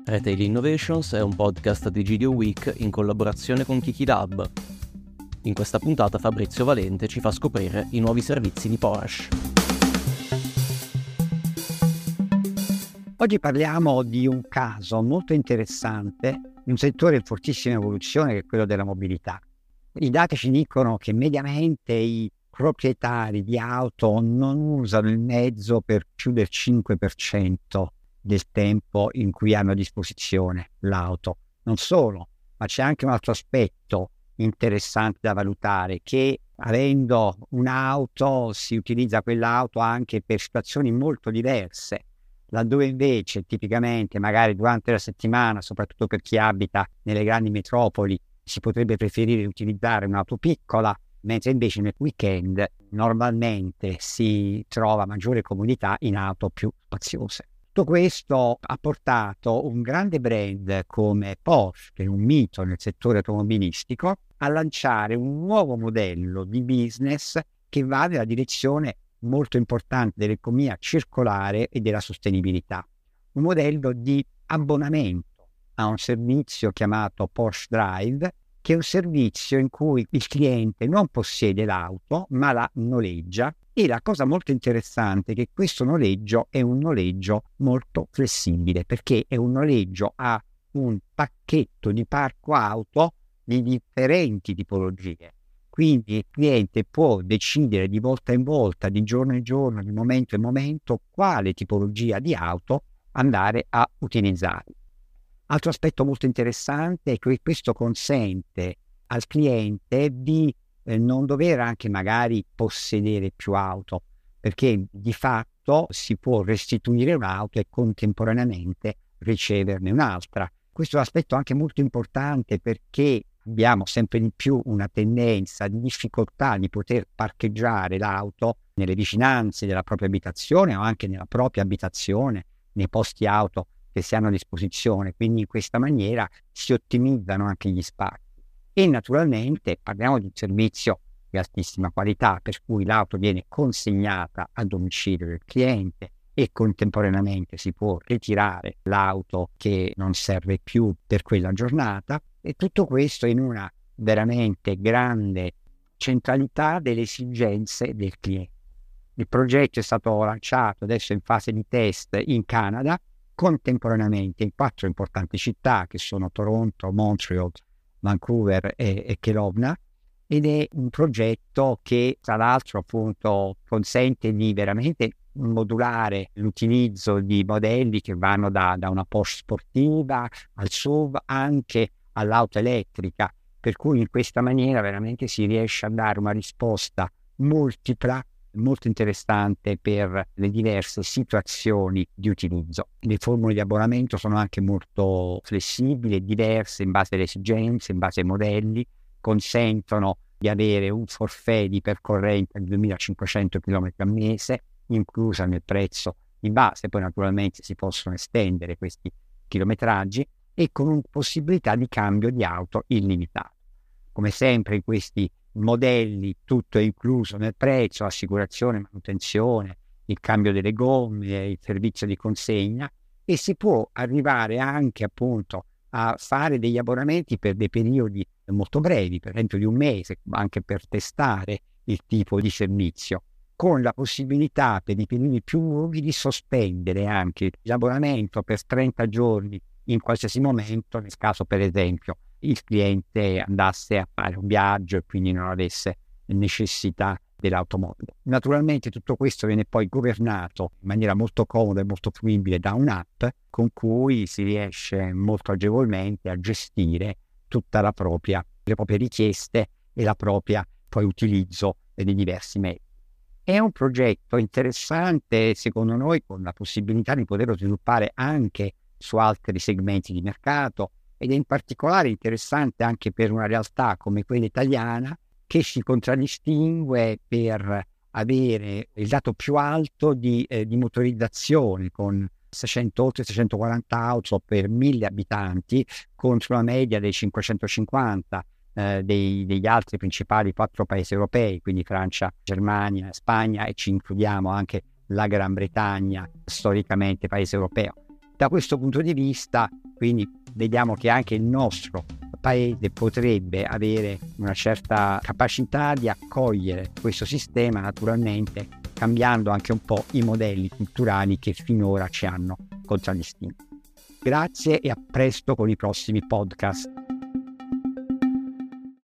Retail Innovations è un podcast di GDO Week in collaborazione con Kikilab. In questa puntata Fabrizio Valente ci fa scoprire i nuovi servizi di Porsche. Oggi parliamo di un caso molto interessante, di un settore in fortissima evoluzione che è quello della mobilità. I dati ci dicono che mediamente i proprietari di auto non usano il mezzo per più del 5% del tempo in cui hanno a disposizione l'auto. Non solo, ma c'è anche un altro aspetto interessante da valutare, che avendo un'auto si utilizza quell'auto anche per situazioni molto diverse, laddove invece tipicamente magari durante la settimana, soprattutto per chi abita nelle grandi metropoli, si potrebbe preferire utilizzare un'auto piccola, mentre invece nel weekend normalmente si trova maggiore comodità in auto più spaziose. Tutto questo ha portato un grande brand come Porsche, che è un mito nel settore automobilistico, a lanciare un nuovo modello di business che va nella direzione molto importante dell'economia circolare e della sostenibilità. Un modello di abbonamento a un servizio chiamato Porsche Drive, che è un servizio in cui il cliente non possiede l'auto ma la noleggia, e la cosa molto interessante è che questo noleggio è un noleggio molto flessibile, perché è un noleggio a un pacchetto di parco auto di differenti tipologie. Quindi il cliente può decidere di volta in volta, di giorno in giorno, di momento in momento, quale tipologia di auto andare a utilizzare. Altro aspetto molto interessante è che questo consente al cliente di non dover anche magari possedere più auto, perché di fatto si può restituire un'auto e contemporaneamente riceverne un'altra. Questo è un aspetto anche molto importante, perché abbiamo sempre di più una tendenza di difficoltà di poter parcheggiare l'auto nelle vicinanze della propria abitazione o anche nella propria abitazione, nei posti auto che si hanno a disposizione. Quindi in questa maniera si ottimizzano anche gli spazi. E naturalmente parliamo di un servizio di altissima qualità, per cui l'auto viene consegnata a domicilio del cliente e contemporaneamente si può ritirare l'auto che non serve più per quella giornata, e tutto questo in una veramente grande centralità delle esigenze del cliente. Il progetto è stato lanciato adesso in fase di test in Canada, contemporaneamente in 4 importanti città che sono Toronto, Montreal, Vancouver e Kelowna, ed è un progetto che tra l'altro appunto consente di veramente modulare l'utilizzo di modelli che vanno da una Porsche sportiva al SUV anche all'auto elettrica, per cui in questa maniera veramente si riesce a dare una risposta multipla molto interessante per le diverse situazioni di utilizzo. Le formule di abbonamento sono anche molto flessibili e diverse in base alle esigenze, in base ai modelli, consentono di avere un forfait di percorrenza di 2.500 km al mese, inclusa nel prezzo di base. Poi naturalmente si possono estendere questi chilometraggi e con possibilità di cambio di auto illimitato. Come sempre in questi modelli tutto è incluso nel prezzo: assicurazione, manutenzione, il cambio delle gomme, il servizio di consegna, e si può arrivare anche appunto a fare degli abbonamenti per dei periodi molto brevi, per esempio di un mese, anche per testare il tipo di servizio, con la possibilità per i periodi più lunghi di sospendere anche l'abbonamento per 30 giorni in qualsiasi momento, nel caso per esempio il cliente andasse a fare un viaggio e quindi non avesse necessità dell'automobile. Naturalmente tutto questo viene poi governato in maniera molto comoda e molto fruibile da un'app con cui si riesce molto agevolmente a gestire tutta le proprie richieste e la propria poi utilizzo dei diversi mezzi. È un progetto interessante secondo noi, con la possibilità di poterlo sviluppare anche su altri segmenti di mercato, ed è in particolare interessante anche per una realtà come quella italiana, che si contraddistingue per avere il dato più alto di motorizzazione, con oltre 640 auto per 1.000 abitanti, contro la media dei 550 degli altri principali 4 paesi europei, quindi Francia, Germania, Spagna, e ci includiamo anche la Gran Bretagna, storicamente paese europeo. Da questo punto di vista quindi vediamo che anche il nostro paese potrebbe avere una certa capacità di accogliere questo sistema, naturalmente cambiando anche un po' i modelli culturali che finora ci hanno contraddistinto. Grazie e a presto con i prossimi podcast.